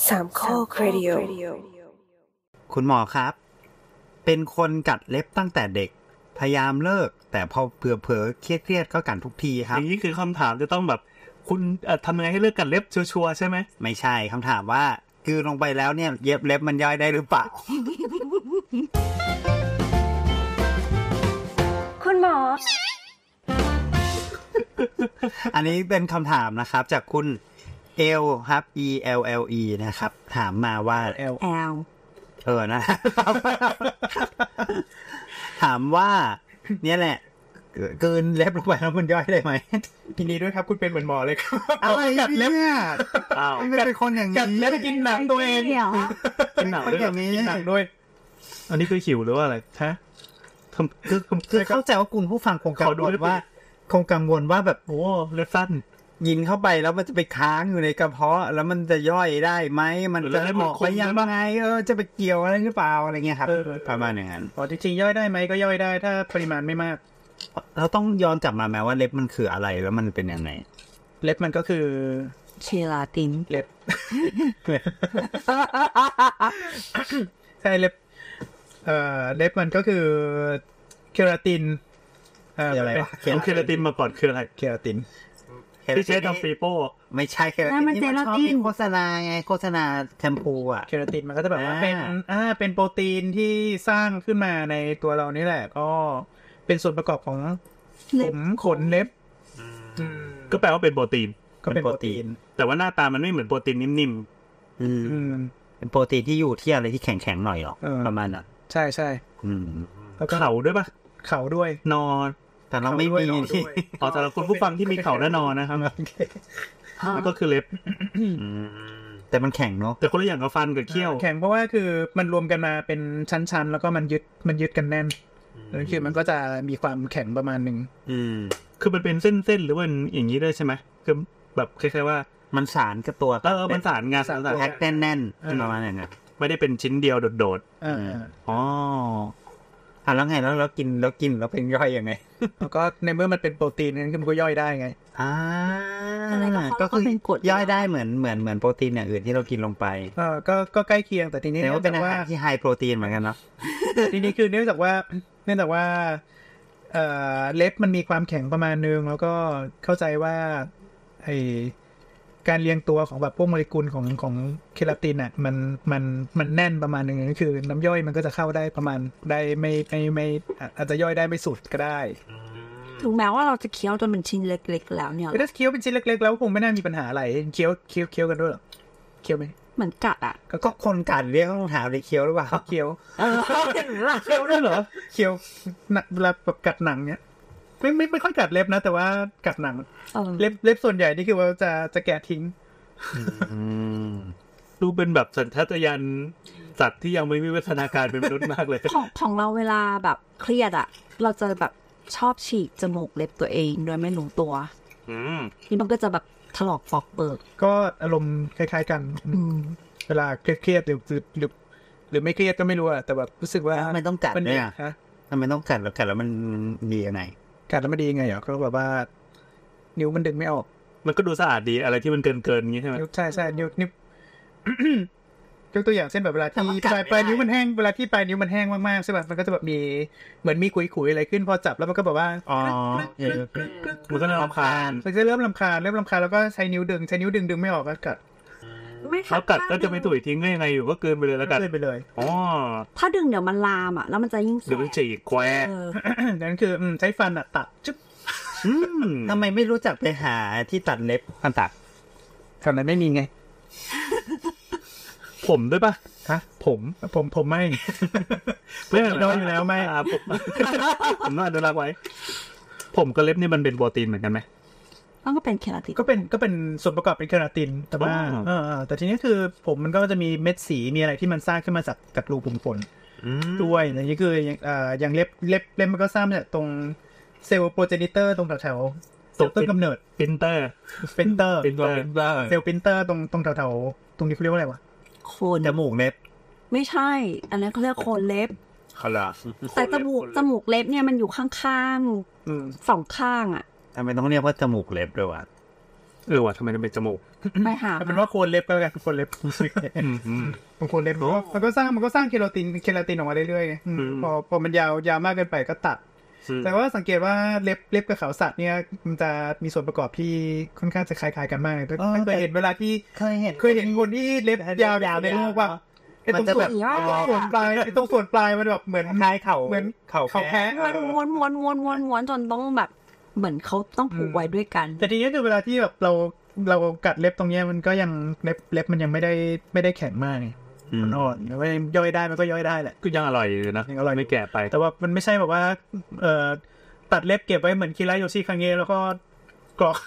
สามข้อครดิโอคุณหมอครับเป็นคนกัดเล็บตั้งแต่เด็กพยายามเลิกแต่พอเผลอๆเครียดก็กัดทุกทีครับอย่างนี้คือคำถามจะต้องแบบคุณทำยังไงให้เลิกกัดเล็บชัวร์ๆใช่ไหมไม่ใช่คำถามว่าคือลงไปแล้วเนี่ยเย็บเล็บมันย่อยได้หรือเปล่าคุณหมออันนี้เป็นคำถามนะครับจากคุณเอลครับ ELLE นะครับถามมาว่า L นะครับถามว่าเนี่ยแหละเกินเล็บลงไปแล้วมันย่อยได้ไหมทีนี้ด้วยครับคุณเป็นเหมือนหมอเลยครับอะไรกัดเล็บเนี่ยไม่เป็นคนอย่างนี้กัดเล็บกินหนังตัวเองกินหนังด้วยอย่างนี้กินหนังด้วยอันนี้คือหิวหรือว่าอะไรฮะคือเข้าใจว่าคุณผู้ฟังคงกังวลว่าแบบโอ้เล็บสั้นยินเข้าไปแล้วมันจะไปค้างอยู่ในกระเพาะแล้วมันจะย่อยได้ไหมมันจะออกไปยังไงจะไปเกี่ยวอะไรหรือเปล่าอะไรเงี้ยครับประมาณอย่างนั้นจริงๆย่อยได้ไหมก็ย่อยได้ถ้าปริมาณไม่มากเราต้องย้อนกลับมาแม้ว่าเล็บมันคืออะไรแล้วมันเป็นยังไงเล็บมันก็คือเคลาตินเล็บใช่เล็บเล็บมันก็คือเคลาตินอะไรวะเคลาตินมาก่อนคืออะไรเคลาตินที่ใช้ทำฟรีโป้ไม่ใช่เคลาตินมันเจลาตินโฆษณาไงโฆษณาแชมพูอ่ะเคลาตินมันก็จะแบบว่าเป็นโปรตีนที่สร้างขึ้นมาในตัวเรานี่แหละก็เป็นส่วนประกอบของผมขนเล็บก็แปลว่าเป็นโปรตีนก็เป็นโปรตีนแต่ว่าหน้าตามันไม่เหมือนโปรตีนนิ่มๆเป็นโปรตีนที่อยู่ที่อะไรที่แข็งๆหน่อยหรอประมาณนั้นใช่ใช่แล้วเข่าด้วยปะเข่าด้วยนอนแต่เราไม่มีที่สำหรับคนผู้ฟังที่มีเข่าและนอนนะครับก็คือเล็บแต่มันแข็งเนาะแต่คนละอย่างกับฟันกับเขี้ยวแข็งเพราะว่าคือมันรวมกันมาเป็นชั้นๆแล้วก็มันยึดกันแน่นคือมันก็จะมีความแข็งประมาณนึงคือมันเป็นเส้นๆหรือมันอย่างนี้ได้ใช่ไหมคือแบบคล้ายๆว่ามันสารกับตัวมันสารงานแพ็คแน่นๆประมาณนั้นนะไม่ได้เป็นชิ้นเดียวโดดๆอ๋อแล้วไงแล้วกินแล้วเป็นย่อยยังไงแล้วก็ในเมื่อมันเป็นโปรตีนนั้นคือมันก็ย่อยได้ไงก็คือย่อยได้เหมือนโปรตีนอย่างอื่นที่เรากินลงไปก็ใกล้เคียงแต่ทีนี้แต่ว่าเป็นอาหารที่ไฮโปรตีนเหมือนกันเนาะทีนี้คือเนื่องจากว่าเล็บมันมีความแข็งประมาณนึงแล้วก็เข้าใจว่าไอการเรียงตัวของแบบพวกโมเลกุลของเคลาตินอ่ะมันแน่นประมาณนึงก็คือน้ำย่อยมันก็จะเข้าได้ประมาณได้ไม่อาจจะย่อยได้ไม่สุดก็ได้ถึงแม้ว่าเราจะเคี้ยวจนเป็นชิ้นเล็กๆแล้วเนี่ยถ้าเคี้ยวเป็นชิ้นเล็กๆแล้วคงไม่น่ามีปัญหาอะไรเคี้ยวกันด้วยหรอเคี้ยวไหมเหมือนกัดอ่ะก็คนกัดเรียกต้องถามเลยเคี้ยวหรือเปล่าเคี้ยวเคี้ยวด้วยเหรอเคี้ยวเวลาแบบกัดหนังเนี้ยไม่ค่อยกัดเล็บนะแต่ว่ากัดหนังเล็บส่วนใหญ่นี่คือว่าจะแกะทิ้งดูเป็นแบบสัญชาตญาณสัตว์ที่ยังไม่มีวิวัฒนาการเป็นมนุษย์มากเลยของเราเวลาแบบเครียดอ่ะเราจะแบบชอบฉีกจมูกเล็บตัวเองโดยไม่รู้ตัวนี่มันก็จะแบบถลอกฟอกเปิกก็อารมณ์คล้ายๆกันเวลาเครียดหรือไม่เครียดก็ไม่รู้อะแต่แบบรู้สึกว่าไม่ต้องกัดด้วยอะทำไมต้องกัดแล้วมันดียังไงกัดแล้วมันดียังไงเหรอก็แบบว่านิ้วมันดึงไม่ออกมันก็ดูสะอาดดีอะไรที่มันเกินอย่างงี้ใช่ไหมใช่นิ้วยกตัวอย่างเช่นแบบเวลาที่ปลายนิ้วมันแห้งเวลาที่ปลายนิ้วมันแห้งมากๆใช่ป่ะมันก็จะแบบมีเหมือนมีขุยๆอะไรขึ้นพอจับแล้วมันก็แบบว่ามันก็เริ่มรำคาญเริ่มรำคาญแล้วก็ใช้นิ้วดึงไม่ออกก็กัดแล้วกัดก็จะไม่ถุยทิ้งได้ยังไงอยู่ก็เกินไปเลยแล้วกัดไปเลยถ้าดึงเดี๋ยวมันลามอ่ะแล้วมันจะยิ่งเดี๋ยวมันฉีกแควนั่นคือใช้ฟันตัดจุ๊บทำไมไม่รู้จักไปหาที่ตัดเล็บฟันตัดแถวนั้นไม่มีไงผมด้วยป่ะฮะผมไม่โดนอยู่แล้วไม่ผมน่าจะรักไว้ผมกับเล็บนี่มันเป็นโปรตีนเหมือนกันไหมก็เป็นเคลาตินก็เป็นส่วนประกอบเป็นเคลาตินแต่ว่าแต่ทีนี้คือผมมันก็จะมีเม็ดสีมีอะไรที่มันสร้างขึ้นมาจากรูขุมขนด้วยอย่างนี้คืออย่างเล็บมันก็สร้างมาจากตรงเซลล์โปรเจนิเตอร์ตรงแถวต้นกำเนิดปินเตอร์เซลล์ปินเตอร์ตรงแถวตรงนี้เขาเรียกว่าอะไรวะโคนจมูกเล็บไม่ใช่อันนั้นเขาเรียกโคนเล็บเขาล่ะแต่จมูกเล็บเนี่ยมันอยู่ข้างๆสองข้างอ่ะทำไมต้องเรียกว่าจมูกเล็บด้วยวะว่ะทำไมมันเป็นจมูกไปหาเป็นว่าโคนเล็บก็แล้วกันโคนเล็บบางคนเล็บมันก็สร้างเคราตินออกมาเรื่อยๆไงพอมันยาวมากเกินไปก็ตัดแต่ว่าสังเกตว่าเล็บกับเขาสัตว์เนี่ยมันจะมีส่วนประกอบที่ค่อนข้างจะคล้ายๆกันมากเคยเห็นเวลาที่เคยเห็นคนที่เล็บยาวๆในโลกว่าไอ้ตรงส่วนปลายมันแบบเหมือนคล้ายเข่าแพ้มันม้วนจนต้องแบบเหมือนเขาต้องผูกไว้ด้วยกันแต่ทีนี้คือเวลาที่แบบเรากัดเล็บตรงนี้มันก็ยังเล็บมันยังไม่ได้แข็งมากมันอ่อนแล้วย่อยได้มันก็ย่อยได้แหละก็ยังอร่อยอยู่นะยังอร่อยไม่แก่ไปแต่ว่ามันไม่ใช่แบบว่าตัดเล็บเก็บไว้เหมือนคิราโยชิคังเงะแล้วก็กรอก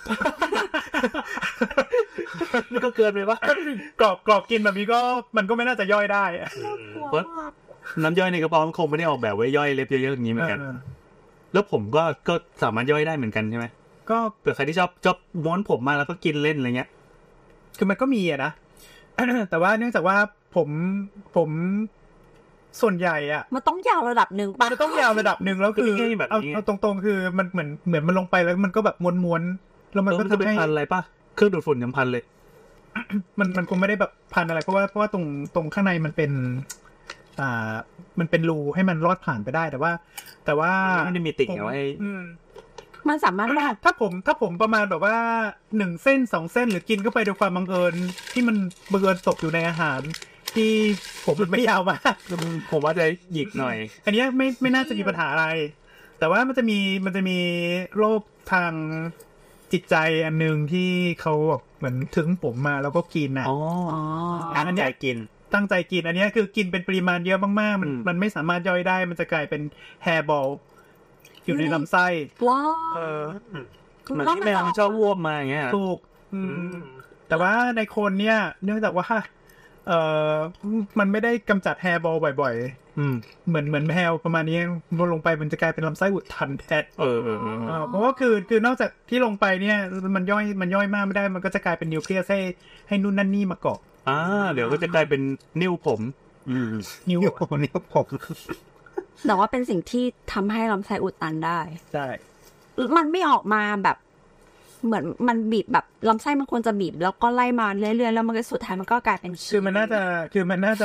นี่ก็เกินไปปะกรอกกินแบบนี้ก็มันก็ไม่น่าจะย่อยได้เพราะน้ำย่อยในกระเพาะมันคงไม่ได้ออกแบบไว้ย่อยเล็บเยอะๆอย่างนี้เหมือนกันแล้วผมก็สามารถย่อยได้เหมือนกันใช่ไหมก็เผื่อใครที่ชอบม้วนผมมาแล้วก็กินเล่นอะไรเงี้ยคือมันก็มีอะนะแต่ว่าเนื่องจากว่าผมส่วนใหญ่อะมันต้องยาวระดับนึงมันต้องยาวระดับนึงแล้วคือเอาตรงๆคือมันเหมือนมันลงไปแล้วมันก็แบบม้วนๆแล้วมันก็จะเป็นพันอะไรป่ะเครื่องดูดฝุ่นยังพันเลยมันคงไม่ได้แบบพันอะไรเพราะว่าตรงข้างในมันเป็นมันเป็นรูให้มันรอดผ่านไปได้แต่ว่าไม่ได้มีติ่งเอาไว้มันสามารถถ้าผมประมาณแบบว่า1เส้น2เส้นหรือกินเข้าไปด้วยความบังเอิญที่มันบังเอิญตกอยู่ในอาหารที่ผมมันไม่ยาวมากผมว่าจะหยิกหน่อยอันนี้ไม่น่าจะมีปัญหาอะไรแต่ว่ามันจะมีโรคทางจิตใจอันนึงที่เขาแบบเหมือนถึงผมมาแล้วก็กินอ่ะตั้งใจกินอันนี้คือกินเป็นปริมาณเยอะมากๆมันไม่สามารถย่อยได้มันจะกลายเป็นแฮร์บอลอยู่ในลำไส้ว้าเหมือนที่แมวชอบวบมาอย่างเงี้ยถูกแต่ว่าในคนเนี่ยเนื่องจากว่ามันไม่ได้กำจัดแฮร์บอลบ่อยๆเหมือนแฮร์ประมาณนี้ลงไปมันจะกลายเป็นลำไส้อุดตันแทนเพราะว่าคือนอกจากที่ลงไปเนี่ยมันย่อยมากไม่ได้มันก็จะกลายเป็นนิวเคลียสให้นู่นนั่นนี่มาเกาะเดี๋ยวก็จะกลายเป็นนิ้วผมนิ้วผมแต่ว่าเป็นสิ่งที่ทำให้ลำไส้อุดตันได้ใช่มันไม่ออกมาแบบเหมือนมันบีบแบบลำไส้มันควรจะบีบแล้วก็ไล่มาเรื่อยๆแล้วมันก็สุดท้ายมันก็กลายเป็นคือมันน่าจะ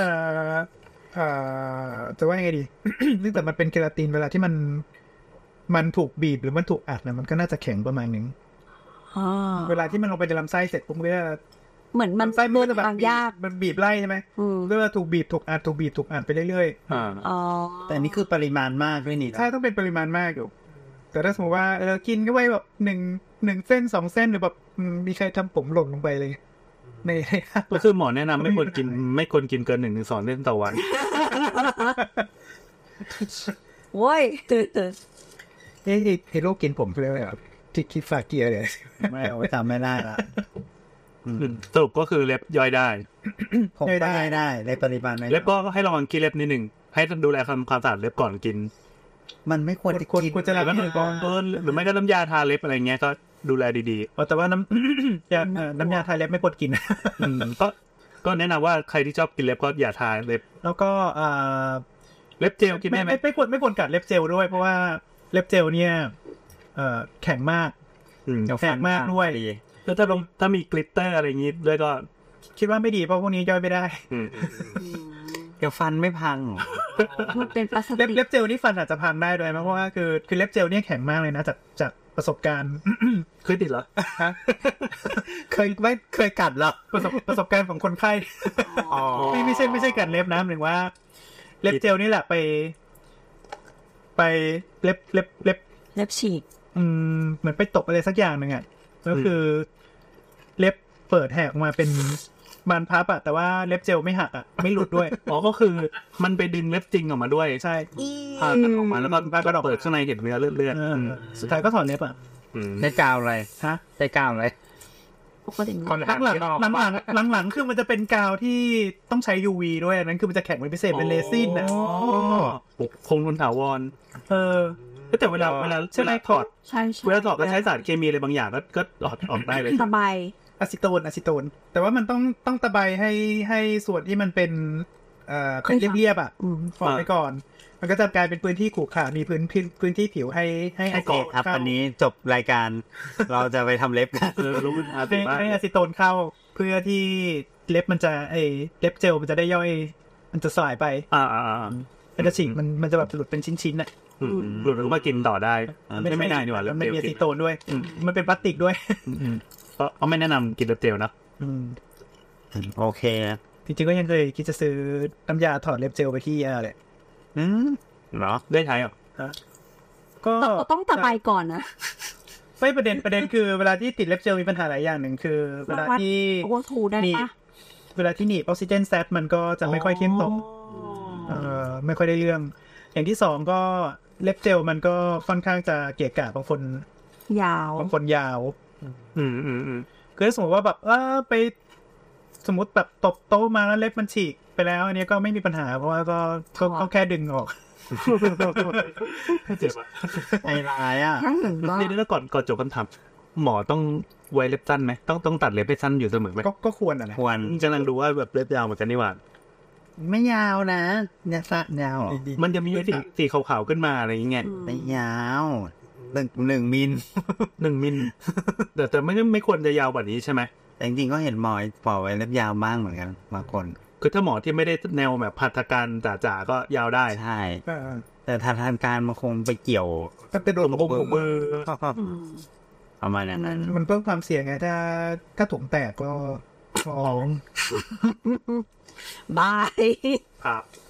จะว่ายังไงดี เนื่องจากมันเป็นเคราตินเวลาที่มันถูกบีบหรือมันถูกอัดเนี่ยมันก็น่าจะแข็งประมาณนึงเวลาที่มันลงไปในลำไส้เสร็จปุ๊บก็เหมือนมันไส้มันจะแบบยากมันบีบไล่ใช่ไหมเวลาถูกบีบถูกอัดไปเรื่อยๆแต่นี่คือปริมาณมากด้วยนี่ใช่ต้องเป็นปริมาณมากอยู่แต่ถ้าสมมติว่ากินก็ไว้แบบ1เส้น2เส้นหรือแบบมีใครทำผมหล่นลงไปเลยในก็คือหมอแนะนำไม่ควรกินเกิน 1-2 เส้นต่อวันโว้ยตื่นฮีโร่กินผมเรื่อยๆแบบที่คิดฝากเกียร์เลยไม่เอาจำไม่ได้ละสรุปก็คือเล็บย่อยได้ผมย่อยได้ในปริมาณเล็บก็ให้ระวังกินเล็บนิดนึงให้ดูแลความสะอาดเล็บก่อนกินมันไม่ควรจะกินควรจะล้างมือก่อนหรือไม่ก็น้ำยาทาเล็บอะไรเงี้ยก็ดูแลดีๆแต่ว่าน้ำยาทาเล็บไม่ควรกินก็แนะนำว่าใครที่ชอบกินเล็บก็อย่าทาเล็บแล้วก็เล็บเจลกินได้ไหมไม่ควรกัดเล็บเจลด้วยเพราะว่าเล็บเจลเนี่ยแข็งมากแข็งมากด้วยแล้วถ้ามีกลิตเตอร์อะไรอย่างงี้ด้วยก็คิดว่าไม่ดีเพราะพวกนี้ย่อยไม่ได้เดี๋ยวฟันไม่พังมันเป็นพลาสติกเล็บเจลนี่ฟันอาจจะพังได้ด้วยเพราะว่าคือเล็บเจลเนี่ยแข็งมากเลยนะจากประสบการณ์เคยติดเหรอเคยกัดเหรอประสบการณ์ของคนไข้ไม่ใช่กัดเล็บนะหมายถึงว่าเล็บเจลนี่แหละไปเล็บฉีกเหมือนไปตบอะไรสักอย่างนึงอ่ะก็คือเล็บเปิดแหกออกมาเป็นบานพับอะแต่ว่าเล็บเจลไม่หักอะไม่หลุดด้วยก็คือมันไปดึงเล็บจริงออกมาด้วยใช่ผ่ากันออกมาแล้วก็เปิดข้างในเห็นเนื้อเลือดสุดท้ายก็ถอนเล็บอะได้กาวอะไรได้กาวอะไรหลังคือมันจะเป็นกาวที่ต้องใช้ UV ด้วยนั้นคือมันจะแข็งเป็นพิเศษเป็นเรซินนะคงทนถาวรแต่เวลาใช่ไหมถอดเวลาถอดก็ใช้สารเคมีอะไรบางอย่างก็ออกได้เลยสบายอะซิโตนแต่ว่ามันต้องตะไบให้ส่วนที่มันเป็นเรียบๆอ่ะฟอกไปก่อนมันก็จะกลายเป็นพื้นที่ขรุขระมีพื้นที่ผิวให้เกตครับวันนี้จบรายการเราจะไปทำเล็บกันให้อะซิโตนเข้าเพื่อที่เล็บมันจะเล็บเจลมันจะได้ย่อยมันจะสลายไปมันจะฉีกมันจะแบบหลุดเป็นชิ้นๆน่ะหลุดมากินต่อได้ไม่ได้นี่หว่ามันมีอะซิโตนด้วยมันเป็นพลาสติกด้วยก็ไม่แนะนำกินเล็บเจลนะโอเคจริงๆก็ยังเคยคิดจะซื้อน้ำยาถอดเล็บเจลไปที่แหละเหรอได้ใช้เหรอก็ต้องตะไบก่อนนะไม่ประเด็นคือเวลาที่ติดเล็บเจลมีปัญหาหลายอย่างหนึ่งคือเวลาที่นี่เวลาที่หนีบออกซิเจนแซดมันก็จะไม่ค่อยเข้มตกไม่ค่อยได้เรื่องอย่างที่สองก็เล็บเจลมันก็ค่อนข้างจะเกะกะบางคนยาวคือสมมติว่าแบบไปสมมติแบบตบโต๊ะมาแล้วเล็บมันฉีกไปแล้วอันนี้ก็ไม่มีปัญหาเพราะว่าก็แค่ดึงออกเจ็บอ่ะไอ้ร้ายอ่ะนี่แล้วก่อนจบคำถามหมอต้องไว้เล็บสั้นไหมต้องตัดเล็บให้สั้นอยู่เสมอไหมก็ควรควรจะนั่งดูว่าแบบเล็บยาวเหมือนกันนี่หว่าไม่ยาวนะเนี่ยสั้นยาวมันจะมีสีขาวๆขึ้นมาอะไรอย่างเงี้ยไม่ยาว1 มิลแต่ไม่ควรจะยาวกว่านี้ใช่ไหมแต่จริงๆก็เห็นหมอไว้เล็บยาวบ้างเหมือนกันบางคนคือถ้าหมอที่ไม่ได้แนวแบบหัตถการจ๋าๆก็ยาวได้ใช่แต่ทางการมันคงไปเกี่ยวก็ไปโดนเบอร์ประมาณนั้นมันเพิ่มความเสี่ยงไงถ้าถุงแตกก็ฟ้องบายครับ